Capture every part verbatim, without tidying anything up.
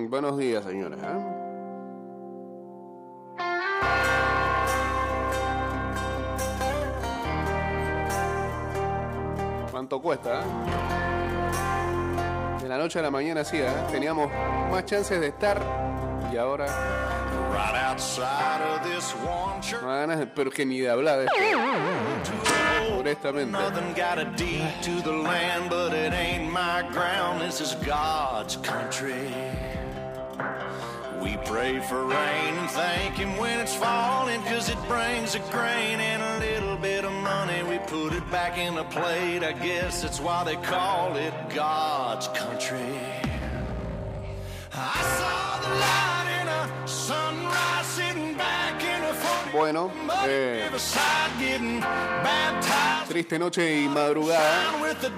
Buenos días, señores. ¿eh? ¿Cuánto cuesta? ¿eh? De la noche a la mañana sí, ¿eh? Teníamos más chances de estar y ahora no da ganas, pero que ni de hablar de esto. Honestamente. We pray for rain and thank him when it's falling, cause it brings a grain and a little bit of money. We put it back in a plate, I guess that's why they call it God's country. I saw the light in a sunrise sitting back in a forty. Bueno, eh, triste noche y madrugada.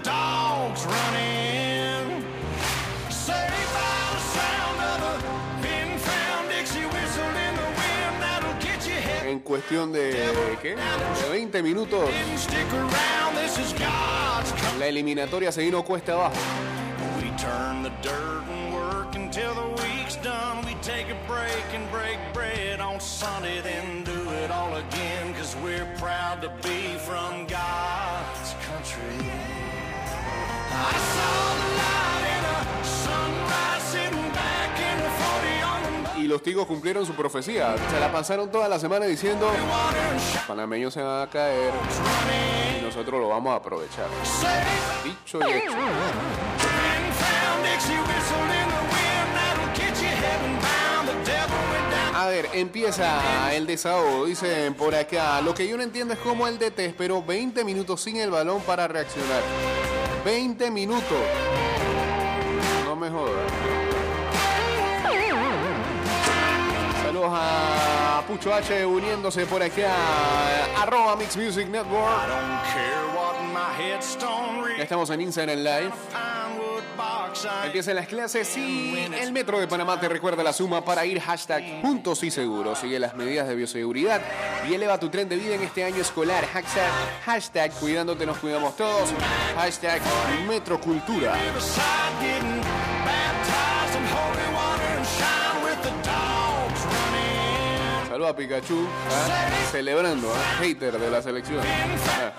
En cuestión de, ¿qué? De veinte minutos, la eliminatoria se vino cuesta abajo. Y los Tigos cumplieron su profecía. Se la pasaron toda la semana diciendo: los panameños se van a caer y nosotros lo vamos a aprovechar. Dicho y hecho. A ver, empieza el desahogo. Dicen por acá: lo que yo no entiendo es cómo el D T esperó veinte minutos sin el balón para reaccionar. veinte minutos. No me jodas. Saludos a Pucho H uniéndose por acá, arroba Mix Music Network. Ya estamos en Instagram Live. Empiezan las clases y el Metro de Panamá te recuerda la suma para ir. Hashtag Juntos y Seguros. Sigue las medidas de bioseguridad y eleva tu tren de vida en este año escolar. Hashtag, hashtag Cuidándote nos cuidamos todos. Hashtag Metrocultura. Saludos a Pikachu, ¿eh? Celebrando, ¿eh? Hater de la selección. ¿eh?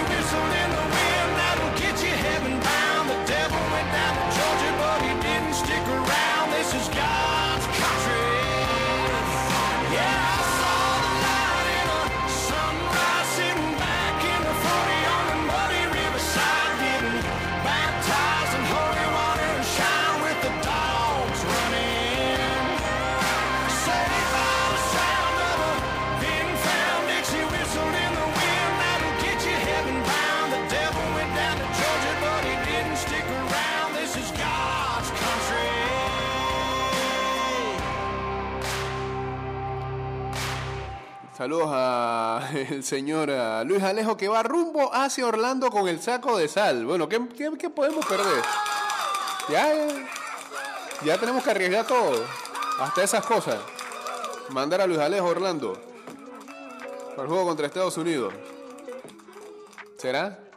Saludos al señor a Luis Alejo, que va rumbo hacia Orlando con el saco de sal. Bueno, ¿qué, qué, qué podemos perder? Ya, ya tenemos que arriesgar todo, hasta esas cosas. Mandar a Luis Alejo a Orlando para el juego contra Estados Unidos. ¿Será?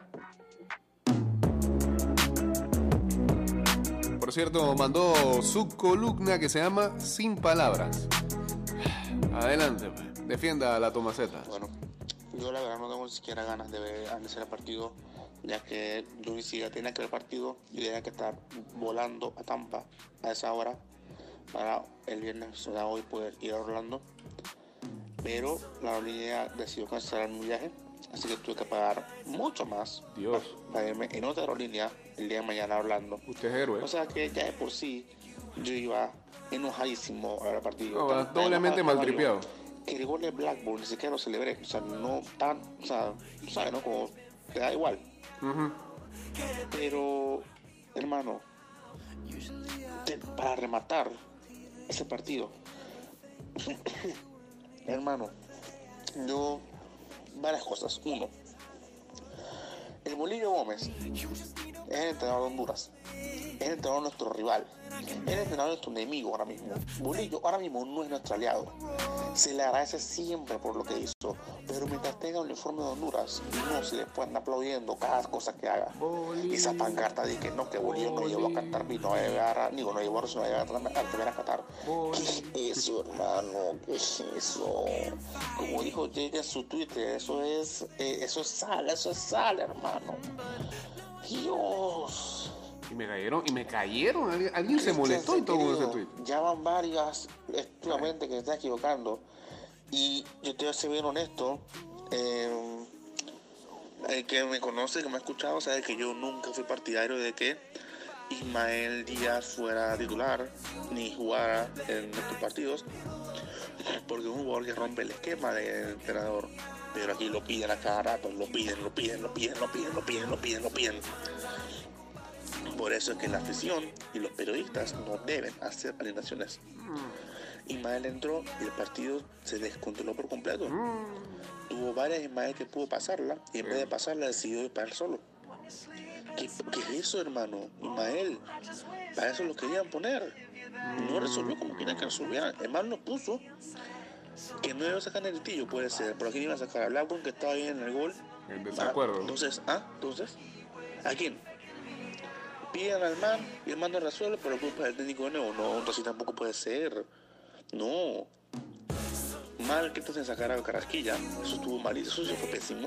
Por cierto, mandó su columna que se llama Sin Palabras. Adelante, pues. Defienda a la Tomaceta. Bueno, yo la verdad no tengo ni siquiera ganas de ver analizar el partido, ya que yo ni siquiera tenía que ver el partido, yo tenía que estar volando a Tampa a esa hora para el viernes, o sea, hoy poder ir a Orlando. Pero la aerolínea decidió cancelar mi viaje, así que tuve que pagar mucho más. Dios. Para irme en otra aerolínea el día de mañana a Orlando. Usted es héroe. O sea que ya de por sí yo iba enojadísimo a ver el partido. No, doblemente maltripeado. Que el gol de Blackburn ni siquiera lo celebré, o sea, no tan, o sea, tú sabes, ¿no? Como te da igual. Uh-huh. Pero, hermano, te, para rematar ese partido, hermano, yo, varias cosas. Uno, el Bolillo Gómez es el entrenador de Honduras, es el entrenador de nuestro rival, es el entrenador de nuestro enemigo ahora mismo. Bolillo ahora mismo no es nuestro aliado. Se le agradece siempre por lo que hizo, pero mientras tenga el uniforme de Honduras, no se le pueden aplaudiendo cada cosa que haga. Bolillo. Y esa pancarta de que no, que Bolillo no llevó a cantar, no va a llegar a, digo, no llevó a, no llevar a primera a Qatar. ¿Qué es eso, hermano? ¿Qué es eso? Como dijo Jay en su Twitter, eso es, eh, eso es sal, eso es sal, hermano. Dios. Y me cayeron, y me cayeron. Alguien, alguien se molestó y todo ese tweet. Ya van varias, efectivamente, que se está equivocando. Y yo te voy a ser bien honesto. Eh, el que me conoce, que me ha escuchado, sabe que yo nunca fui partidario de que Ismael Díaz fuera titular ni jugara en estos partidos, porque es un jugador que rompe el esquema del entrenador. Pero aquí lo piden a cada rato, lo piden, lo piden, lo piden, lo piden, lo piden, lo piden, lo piden. Por eso es que la afición y los periodistas no deben hacer alineaciones. Ismael entró y el partido se descontroló por completo. Tuvo varias Ismael que pudo pasarla y en vez de pasarla decidió disparar solo. ¿Qué, ¿Qué es eso, hermano? Ismael, para eso lo querían poner. No resolvió como querían que resolvieran. Ismael no puso. Que no iba a sacar el tillo, puede ser, pero aquí iba a sacar a Blackburn, que estaba bien en el gol. En desacuerdo. Ah, entonces, ¿ah? Entonces, ¿a quién? Piden al man y el man no resuelve, pero culpa del técnico de nuevo. No, entonces tampoco puede ser. No. Mal que entonces sacar a Carrasquilla, eso estuvo malísimo, eso fue pésimo.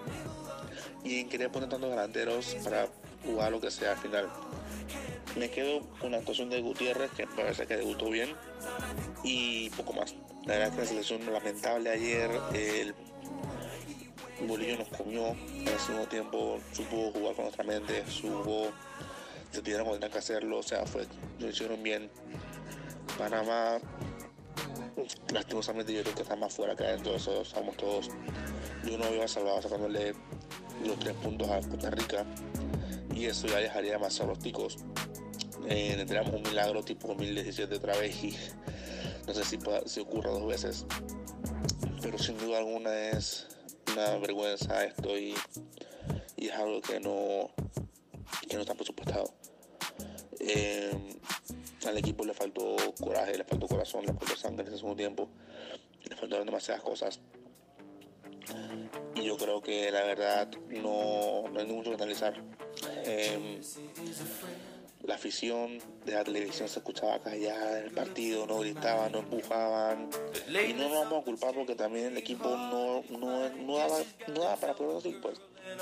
Y en querer poner tantos delanteros para jugar lo que sea al final. Me quedo con la actuación de Gutiérrez, que me parece que debutó bien, y poco más. La verdad es que la selección lamentable ayer, el Bolillo nos comió, al mismo tiempo supo jugar con nuestra mente, supo, se tiraron cuando tenían que hacerlo, o sea, fue, lo hicieron bien. Panamá, lastimosamente yo creo que está más fuera que adentro, eso sabemos todos. Yo no había salvado sacándole los tres puntos a Costa Rica, y eso ya dejaría más a los ticos. Eh, tendríamos un milagro tipo dos mil diecisiete otra vez y no sé si, pueda, si ocurra dos veces, pero sin duda alguna es una vergüenza esto y, y es algo que no, que no está presupuestado. Eh, al equipo le faltó coraje, le faltó corazón, le faltó sangre en ese segundo tiempo, le faltaron demasiadas cosas y yo creo que la verdad no, no hay mucho que analizar. Eh, La afición de la televisión se escuchaba callada en el partido, no gritaban, no empujaban. Y no nos vamos a culpar porque también el equipo no, no, no, daba, no daba para poder así, pues.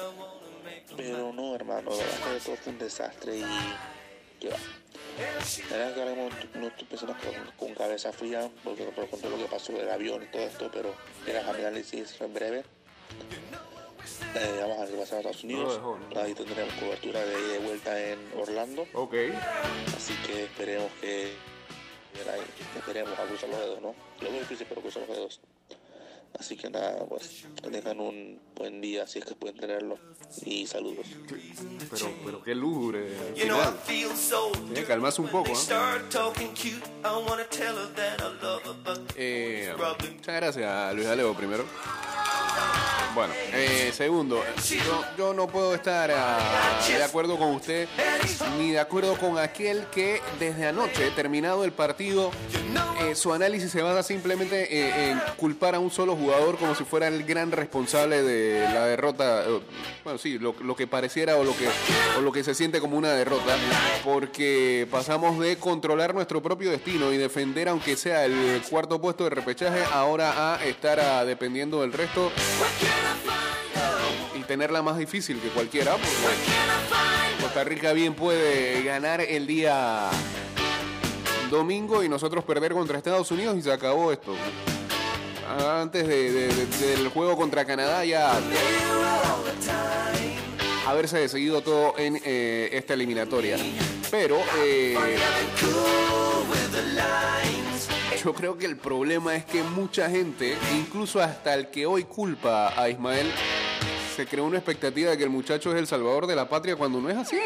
Pero no, hermano, la verdad que todo fue un desastre y... ¿qué va? La verdad que ahora mismo no estoy pensando con, con cabeza fría porque no puedo contar lo que pasó del avión y todo esto, pero era mi análisis en breve. Eh, vamos a regresar a Estados Unidos. No, no. Ahí tendremos cobertura de ida y vuelta en Orlando. Ok. Así que esperemos que esperemos a cruzar los dedos, ¿no? Lo veo difícil, pero cruzar los dedos. Así que nada, pues tengan un buen día si es que pueden tenerlo. Y saludos. Pero, pero qué lúgubre. Tiene que calmarse un poco, ¿eh? eh Muchas gracias, Luis Alejo, primero. Bueno, eh, segundo, yo, yo no puedo estar uh, de acuerdo con usted ni de acuerdo con aquel que desde anoche, terminado el partido, eh, su análisis se basa simplemente eh, en culpar a un solo jugador como si fuera el gran responsable de la derrota, eh, bueno, sí, lo, lo que pareciera o lo que, o lo que se siente como una derrota, porque pasamos de controlar nuestro propio destino y defender aunque sea el cuarto puesto de repechaje, ahora a estar a, dependiendo del resto y tenerla más difícil que cualquiera, porque Costa Rica bien puede ganar el día domingo y nosotros perder contra Estados Unidos y se acabó esto. Antes de, de, de, del juego contra Canadá ya haberse decidido todo en eh, esta eliminatoria. Pero eh, yo creo que el problema es que mucha gente, incluso hasta el que hoy culpa a Ismael, se creó una expectativa de que el muchacho es el salvador de la patria cuando no es así.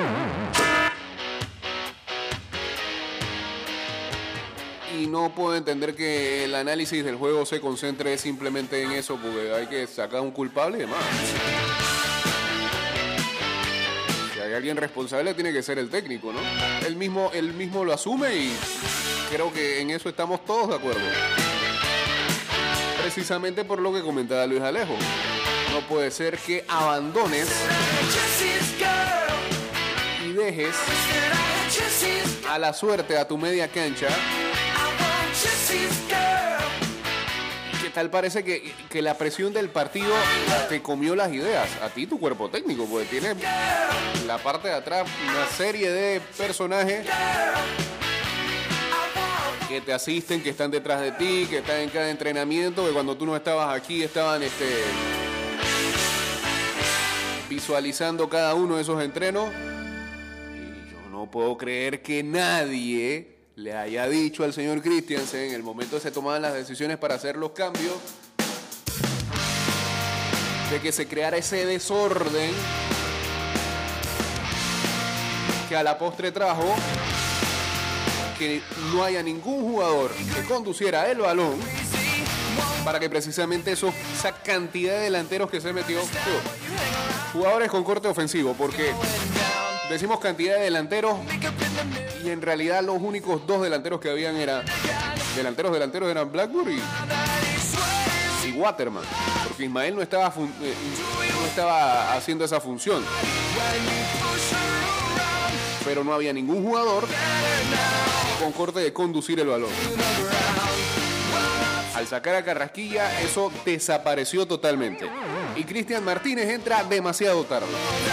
Y no puedo entender que el análisis del juego se concentre simplemente en eso, porque hay que sacar un culpable y demás. Si hay hay alguien responsable, tiene que ser el técnico, ¿no? Él mismo, él mismo lo asume y creo que en eso estamos todos de acuerdo. Precisamente por lo que comentaba Luis Alejo. No puede ser que abandones y dejes a la suerte a tu media cancha. Que tal parece que, que la presión del partido te comió las ideas. A ti, tu cuerpo técnico, porque tiene la parte de atrás una serie de personajes que te asisten, que están detrás de ti, que están en cada entrenamiento, que cuando tú no estabas aquí estaban este, visualizando cada uno de esos entrenos. Y yo no puedo creer que nadie le haya dicho al señor Christiansen en el momento que se tomaban las decisiones para hacer los cambios, de que se creara ese desorden que a la postre trajo que no haya ningún jugador que conduciera el balón para que precisamente eso, esa cantidad de delanteros que se metió, jugadores con corte ofensivo, porque decimos cantidad de delanteros y en realidad los únicos dos delanteros que habían eran delanteros delanteros eran Blackburn y, y Waterman, porque Ismael no estaba fun, eh, no estaba haciendo esa función, pero no había ningún jugador con corte de conducir el balón. Al sacar a Carrasquilla, eso desapareció totalmente. Y Cristian Martínez entra demasiado tarde.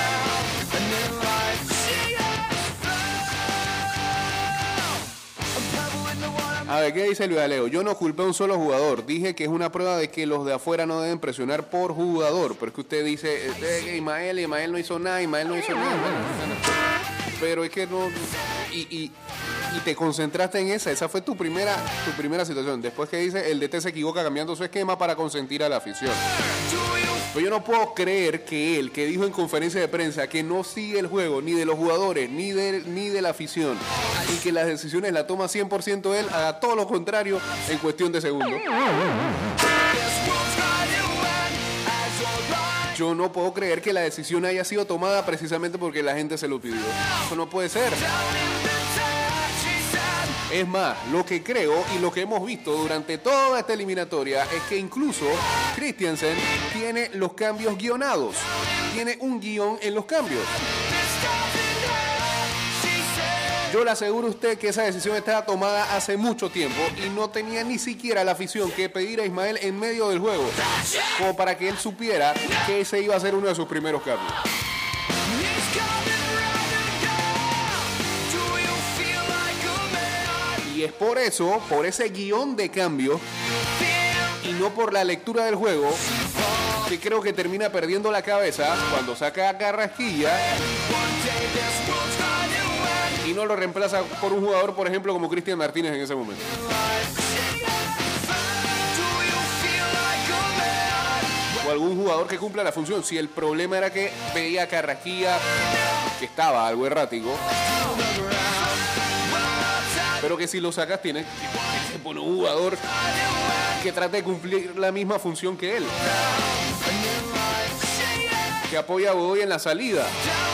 A ver, ¿qué dice Luis Alejo? Yo no culpé a un solo jugador. Dije que es una prueba de que los de afuera no deben presionar por jugador. Pero es que usted dice, eh, que Ismael, Ismael no hizo nada, Ismael no hizo nada. Pero es que no... Y, y, y te concentraste en esa. Esa fue tu primera, tu primera situación. Después que dice, el D T se equivoca cambiando su esquema para consentir a la afición. Pero yo no puedo creer que él, que dijo en conferencia de prensa que no sigue el juego ni de los jugadores, ni de, ni de la afición, y que las decisiones las toma cien por ciento él, haga todo lo contrario en cuestión de segundos. Yo no puedo creer que la decisión haya sido tomada precisamente porque la gente se lo pidió. Eso no puede ser. Es más, lo que creo y lo que hemos visto durante toda esta eliminatoria es que incluso Christiansen tiene los cambios guionados. Tiene un guión en los cambios. Yo le aseguro a usted que esa decisión estaba tomada hace mucho tiempo y no tenía ni siquiera la afición que pedir a Ismael en medio del juego, como para que él supiera que ese iba a ser uno de sus primeros cambios. Y es por eso, por ese guión de cambio y no por la lectura del juego, que creo que termina perdiendo la cabeza cuando saca a Carrasquilla y no lo reemplaza por un jugador, por ejemplo, como Cristian Martínez en ese momento. O algún jugador que cumpla la función. Si el problema era que veía a Carrasquilla, que estaba algo errático, pero que si lo sacas tienes que poner un jugador que trate de cumplir la misma función que él, que apoya a Godoy en la salida.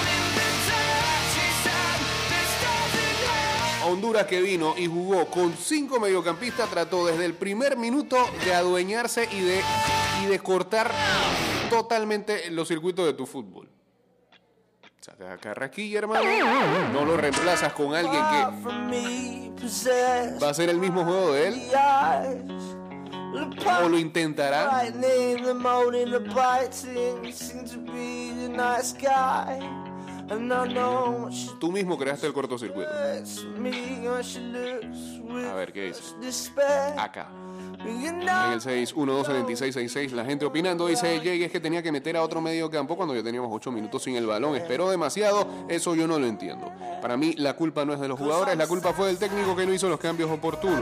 Honduras, que vino y jugó con cinco mediocampistas, trató desde el primer minuto de adueñarse y de, y de cortar totalmente los circuitos de tu fútbol. Sacas a Carrasquilla, hermano, no lo reemplazas con alguien que va a ser el mismo juego de él, o lo intentará. Tú mismo creaste el cortocircuito. A ver, ¿qué dice? Acá. En el seis uno dos siete seis seis seis, la gente opinando. Dice Jay, es que tenía que meter a otro medio campo cuando ya teníamos ocho minutos sin el balón. Esperó demasiado, eso yo no lo entiendo. Para mí la culpa no es de los jugadores, la culpa fue del técnico que no hizo los cambios oportunos.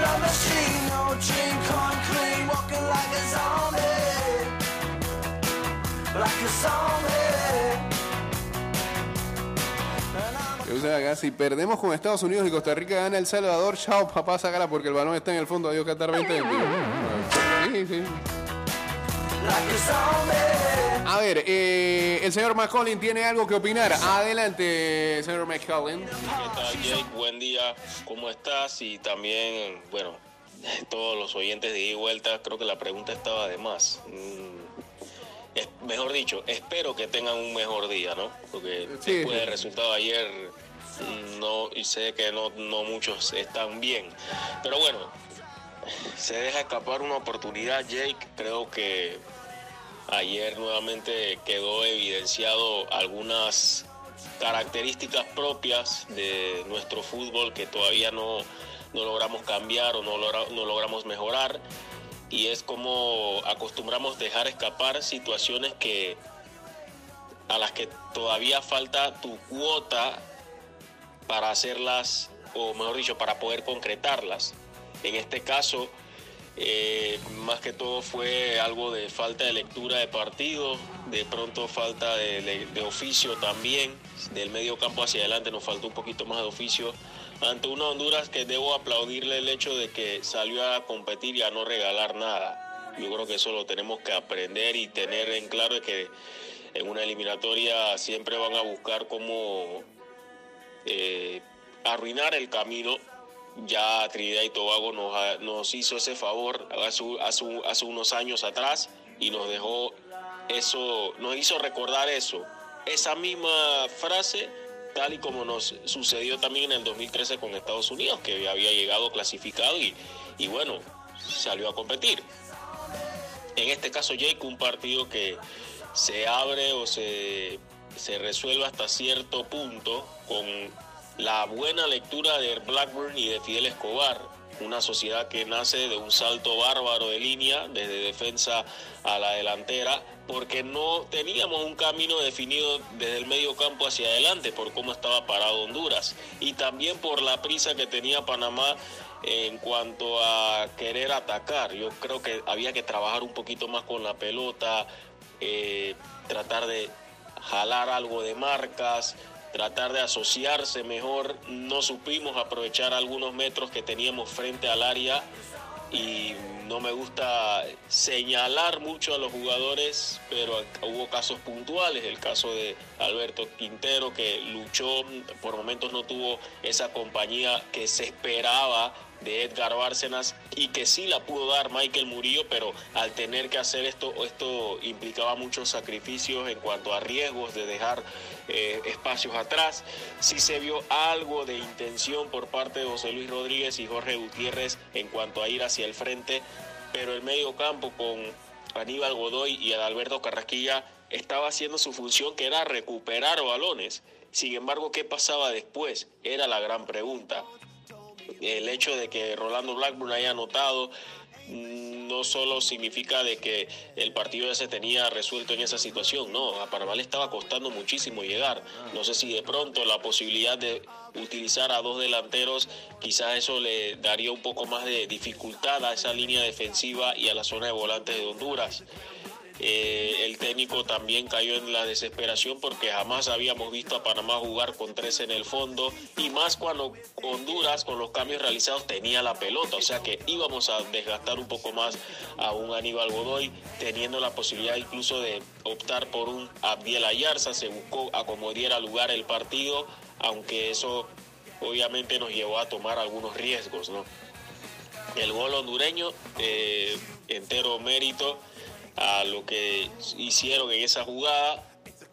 O sea, acá, si perdemos con Estados Unidos y Costa Rica gana El Salvador, chao papá, sácala porque el balón está en el fondo. Adiós Qatar veinte veintidós. Sí, sí. A ver, eh, el señor McCollin tiene algo que opinar. Adelante, señor McCollin. ¿Qué tal, Jake? Buen día, ¿cómo estás? Y también, bueno, todos los oyentes de ida y vuelta, creo que la pregunta estaba de más. Mm, es, mejor dicho, espero que tengan un mejor día, ¿no? Porque sí, después sí. del resultado de ayer, no, y sé que no, no muchos están bien. Pero bueno, se deja escapar una oportunidad, Jake. Creo que ayer nuevamente quedó evidenciado algunas características propias de nuestro fútbol que todavía no, no logramos cambiar o no, logra, no logramos mejorar, y es como acostumbramos dejar escapar situaciones que a las que todavía falta tu cuota para hacerlas, o mejor dicho, para poder concretarlas. En este caso, Eh, más que todo fue algo de falta de lectura de partido, de pronto falta de, de, de oficio también, del medio campo hacia adelante nos faltó un poquito más de oficio ante una Honduras que debo aplaudirle el hecho de que salió a competir y a no regalar nada. Yo creo que eso lo tenemos que aprender y tener en claro de que en una eliminatoria siempre van a buscar cómo eh, arruinar el camino. Ya Trinidad y Tobago nos, nos hizo ese favor hace, hace, hace unos años atrás y nos dejó eso, nos hizo recordar eso, esa misma frase, tal y como nos sucedió también en el dos mil trece con Estados Unidos, que había llegado clasificado y, y bueno, salió a competir. En este caso, Jake, un partido que se abre o se, se resuelve hasta cierto punto con la buena lectura de Blackburn y de Fidel Escobar, una sociedad que nace de un salto bárbaro de línea, desde defensa a la delantera, porque no teníamos un camino definido desde el medio campo hacia adelante por cómo estaba parado Honduras, y también por la prisa que tenía Panamá en cuanto a querer atacar. Yo creo que había que trabajar un poquito más con la pelota, eh, tratar de jalar algo de marcas, tratar de asociarse mejor. No supimos aprovechar algunos metros que teníamos frente al área, y no me gusta señalar mucho a los jugadores, pero hubo casos puntuales, el caso de Alberto Quintero, que luchó, por momentos no tuvo esa compañía que se esperaba de Edgar Bárcenas y que sí la pudo dar Michael Murillo, pero al tener que hacer esto, esto implicaba muchos sacrificios en cuanto a riesgos de dejar eh, espacios atrás. Sí se vio algo de intención por parte de José Luis Rodríguez y Jorge Gutiérrez en cuanto a ir hacia el frente, pero el medio campo con Aníbal Godoy y Adalberto Carrasquilla estaba haciendo su función, que era recuperar balones. Sin embargo, ¿qué pasaba después? Era la gran pregunta. El hecho de que Rolando Blackburn haya anotado no solo significa de que el partido ya se tenía resuelto en esa situación, no, a Panamá le estaba costando muchísimo llegar. No sé si de pronto la posibilidad de utilizar a dos delanteros, quizás eso le daría un poco más de dificultad a esa línea defensiva y a la zona de volantes de Honduras. Eh, el técnico también cayó en la desesperación porque jamás habíamos visto a Panamá jugar con tres en el fondo, y más cuando Honduras, con los cambios realizados, tenía la pelota. O sea que íbamos a desgastar un poco más a un Aníbal Godoy, teniendo la posibilidad incluso de optar por un Abdiel Ayarza. Se buscó a como diera lugar el partido, aunque eso obviamente nos llevó a tomar algunos riesgos, ¿no? El gol hondureño, eh, entero mérito a lo que hicieron en esa jugada.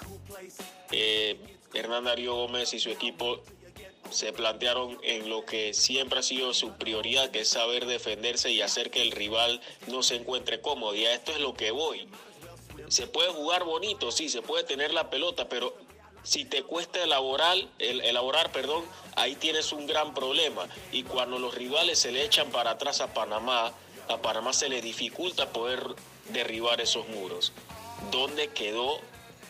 eh, Hernán Darío Gómez y su equipo se plantearon en lo que siempre ha sido su prioridad, que es saber defenderse y hacer que el rival no se encuentre cómodo. Y a esto es lo que voy. Se puede jugar bonito, sí, se puede tener la pelota, pero si te cuesta elaborar, el, elaborar, perdón, ahí tienes un gran problema. Y cuando los rivales se le echan para atrás a Panamá, a Panamá se le dificulta poder derribar esos muros. ¿Dónde quedó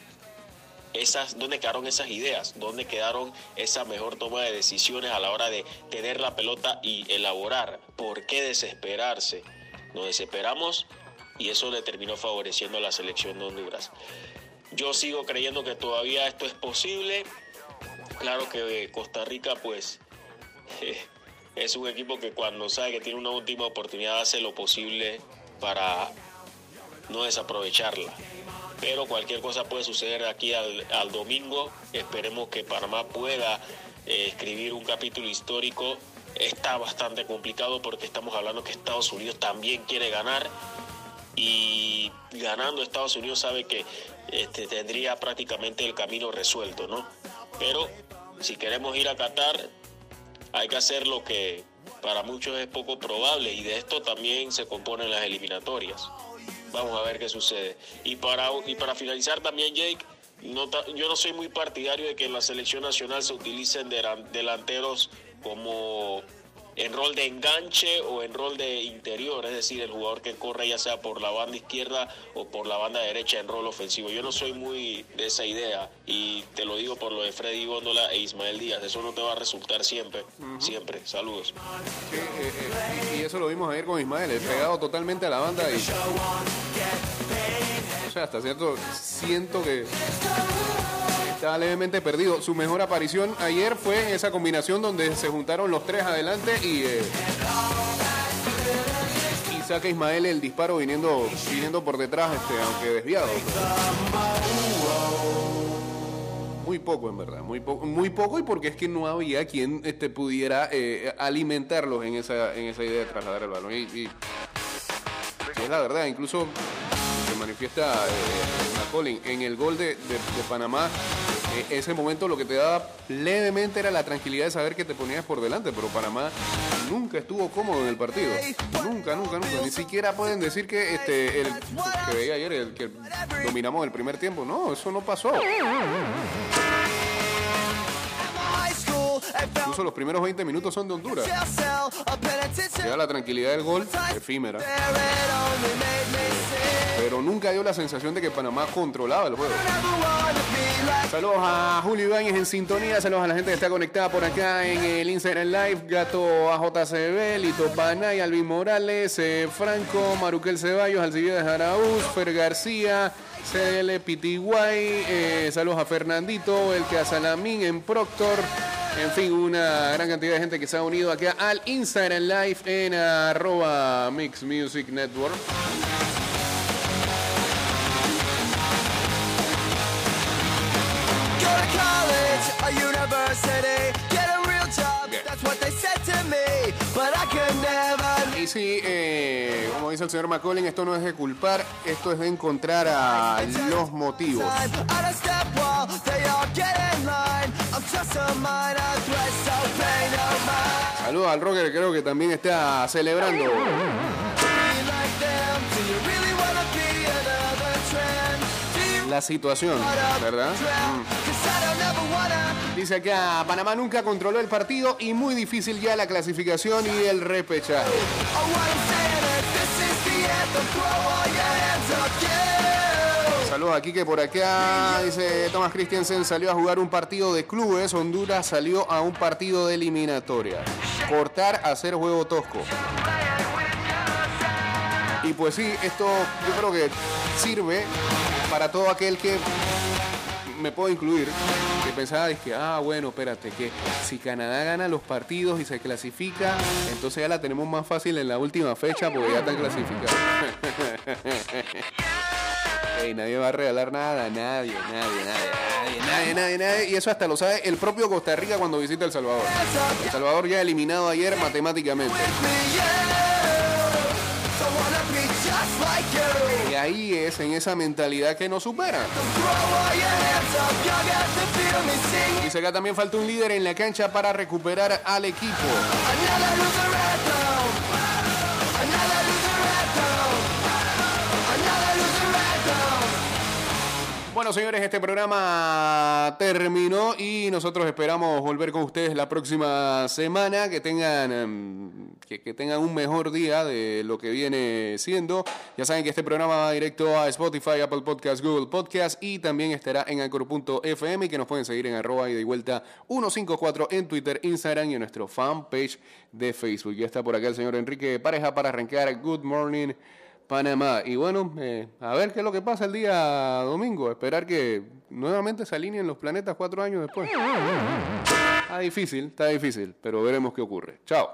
esas, dónde quedaron esas ideas? ¿Dónde quedaron esa mejor toma de decisiones a la hora de tener la pelota y elaborar? ¿Por qué desesperarse? Nos desesperamos y eso le terminó favoreciendo a la selección de Honduras. Yo sigo creyendo que todavía esto es posible. Claro que Costa Rica, pues, eh, es un equipo que cuando sabe que tiene una última oportunidad hace lo posible para no desaprovecharla. pero cualquier cosa puede suceder aquí al, al domingo. Esperemos que Panamá pueda eh, escribir un capítulo histórico. Está bastante complicado porque estamos hablando que Estados Unidos también quiere ganar, y ganando Estados Unidos sabe que este, tendría prácticamente el camino resuelto, ¿no? Pero si queremos ir a Qatar, hay que hacer lo que para muchos es poco probable, y de esto también se componen las eliminatorias. Vamos a ver qué sucede. Y para, y para finalizar también, Jake, no, yo no soy muy partidario de que en la selección nacional se utilicen delanteros como en rol de enganche o en rol de interior, es decir, el jugador que corre ya sea por la banda izquierda o por la banda derecha en rol ofensivo. Yo no soy muy de esa idea, y te lo digo por lo de Freddy Góndola e Ismael Díaz. Eso no te va a resultar siempre, uh-huh. siempre. Saludos. Sí, eh, eh, y, y eso lo vimos ayer con Ismael, el pegado totalmente a la banda. Y, o sea, hasta cierto, siento que estaba levemente perdido. Su mejor aparición ayer fue en esa combinación donde se juntaron los tres adelante y, eh, y saca Ismael el disparo viniendo, viniendo por detrás, este, aunque desviado. Muy poco, en verdad, muy poco, muy poco, y porque es que no había quien este, pudiera eh, alimentarlos en esa, en esa idea de trasladar el balón. Y, y, y es la verdad, incluso se manifiesta eh, McCollin en el gol de, de, de Panamá. Eh, ese momento lo que te daba levemente era la tranquilidad de saber que te ponías por delante, pero Panamá nunca estuvo cómodo en el partido. Nunca, nunca, nunca. Ni siquiera pueden decir que este el que veía ayer, el que dominamos el primer tiempo. No, eso no pasó. Incluso los primeros veinte minutos son de Honduras. Queda la tranquilidad del gol, efímera. Pero nunca dio la sensación de que Panamá controlaba el juego. Saludos a Julio Ibáñez en sintonía. Saludos a la gente que está conectada por acá en el Instagram Live. Gato A J C B, Lito Panay, Alvin Morales, eh, Franco, Maruquel Ceballos, Alcibiades Araúz, Fer García, C L Pitiguay. Eh, saludos a Fernandito, el que a Salamín en Proctor. En fin, una gran cantidad de gente que se ha unido acá al Instagram Live en arroba Mix Music Network. Y sí, eh, como dice el señor McCollin, esto no es de culpar, esto es de encontrar a los motivos. Saludos al Roger, creo que también está celebrando. La situación, ¿verdad? Mm. Dice acá, Panamá nunca controló el partido y muy difícil ya la clasificación y el repechaje. Saludos a Quique por acá. Dice Thomas Christiansen, salió a jugar un partido de clubes. Honduras salió a un partido de eliminatoria. Cortar, hacer juego tosco. Y pues sí, esto yo creo que sirve para todo aquel que, me puedo incluir, que pensaba que, ah, bueno, espérate, que si Canadá gana los partidos y se clasifica, entonces ya la tenemos más fácil en la última fecha porque ya están clasificados. Hey, nadie va a regalar nada, nadie, nadie, nadie, nadie, nadie, nadie, nadie. Y eso hasta lo sabe el propio Costa Rica cuando visita El Salvador. El Salvador ya eliminado ayer matemáticamente. Y ahí es en esa mentalidad que nos supera. Dice acá también falta un líder en la cancha para recuperar al equipo. Bueno, señores, este programa terminó y nosotros esperamos volver con ustedes la próxima semana. Que tengan, que, que tengan un mejor día de lo que viene siendo. Ya saben que este programa va directo a Spotify, Apple Podcasts, Google Podcasts y también estará en Anchor punto F M y que nos pueden seguir en arroba y de vuelta ciento cincuenta y cuatro en Twitter, Instagram y en nuestro fanpage de Facebook. Ya está por acá el señor Enrique Pareja para arrancar Good Morning Panamá. Y bueno, eh, a ver qué es lo que pasa el día domingo. Esperar que nuevamente se alineen los planetas cuatro años después. Está difícil, está difícil, pero veremos qué ocurre. Chao.